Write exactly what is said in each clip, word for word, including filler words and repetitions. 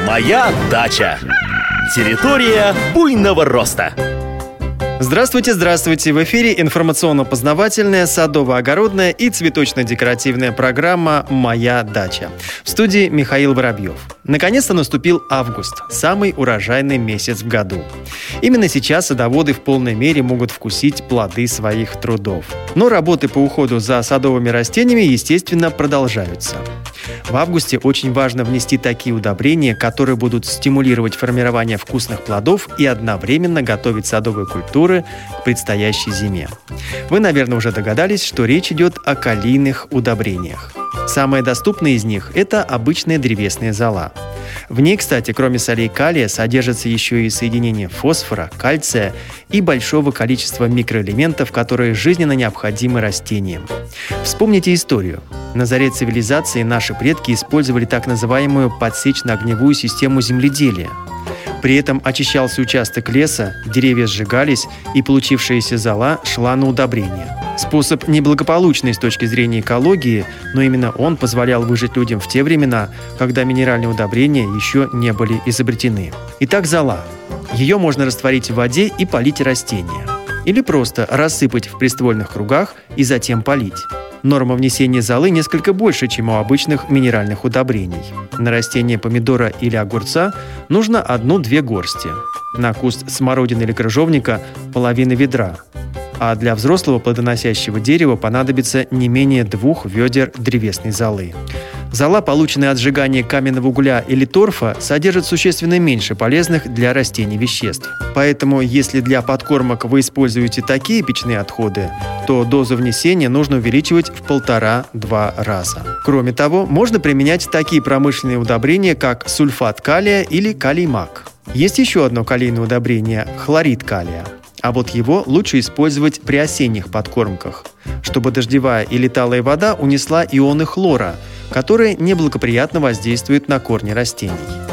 Моя дача. Территория буйного роста. Здравствуйте, здравствуйте! В эфире информационно-познавательная, садово-огородная и цветочно-декоративная программа «Моя дача». В студии Михаил Воробьев. Наконец-то наступил август, самый урожайный месяц в году. Именно сейчас садоводы в полной мере могут вкусить плоды своих трудов. Но работы по уходу за садовыми растениями, естественно, продолжаются. В августе очень важно внести такие удобрения, которые будут стимулировать формирование вкусных плодов и одновременно готовить садовые культуры к предстоящей зиме. Вы, наверное, уже догадались, что речь идет о калийных удобрениях. Самое доступное из них – это обычная древесная зола. В ней, кстати, кроме солей калия, содержится еще и соединение фосфора, кальция и большого количества микроэлементов, которые жизненно необходимы растениям. Вспомните историю. На заре цивилизации наши предки использовали так называемую подсечно-огневую систему земледелия. При этом очищался участок леса, деревья сжигались, и получившаяся зола шла на удобрение. Способ неблагополучный с точки зрения экологии, но именно он позволял выжить людям в те времена, когда минеральные удобрения еще не были изобретены. Итак, зола. Ее можно растворить в воде и полить растения. Или просто рассыпать в приствольных кругах и затем полить. Норма внесения золы несколько больше, чем у обычных минеральных удобрений. На растение помидора или огурца нужно одну-две горсти. На куст смородины или крыжовника – половина ведра. А для взрослого плодоносящего дерева понадобится не менее двух ведер древесной золы. Зола, полученная от сжигания каменного угля или торфа, содержит существенно меньше полезных для растений веществ. Поэтому, если для подкормок вы используете такие печные отходы, то дозу внесения нужно увеличивать в полтора-два раза. Кроме того, можно применять такие промышленные удобрения, как сульфат калия или калий-мак. Есть еще одно калийное удобрение – хлорид калия. А вот его лучше использовать при осенних подкормках, чтобы дождевая или талая вода унесла ионы хлора, которые неблагоприятно воздействуют на корни растений.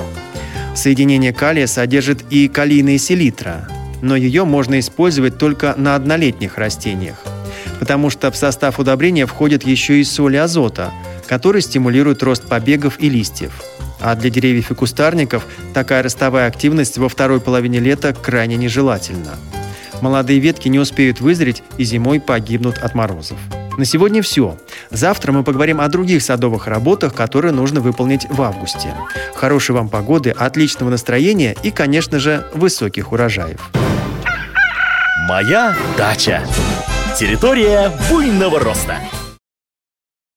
Соединение калия содержит и калийная селитра, но ее можно использовать только на однолетних растениях, потому что в состав удобрения входят еще и соли азота, которые стимулируют рост побегов и листьев. А для деревьев и кустарников такая ростовая активность во второй половине лета крайне нежелательна. Молодые ветки не успеют вызреть и зимой погибнут от морозов. На сегодня все. Завтра мы поговорим о других садовых работах, которые нужно выполнить в августе. Хорошей вам погоды, отличного настроения и, конечно же, высоких урожаев. Моя дача. Территория буйного роста.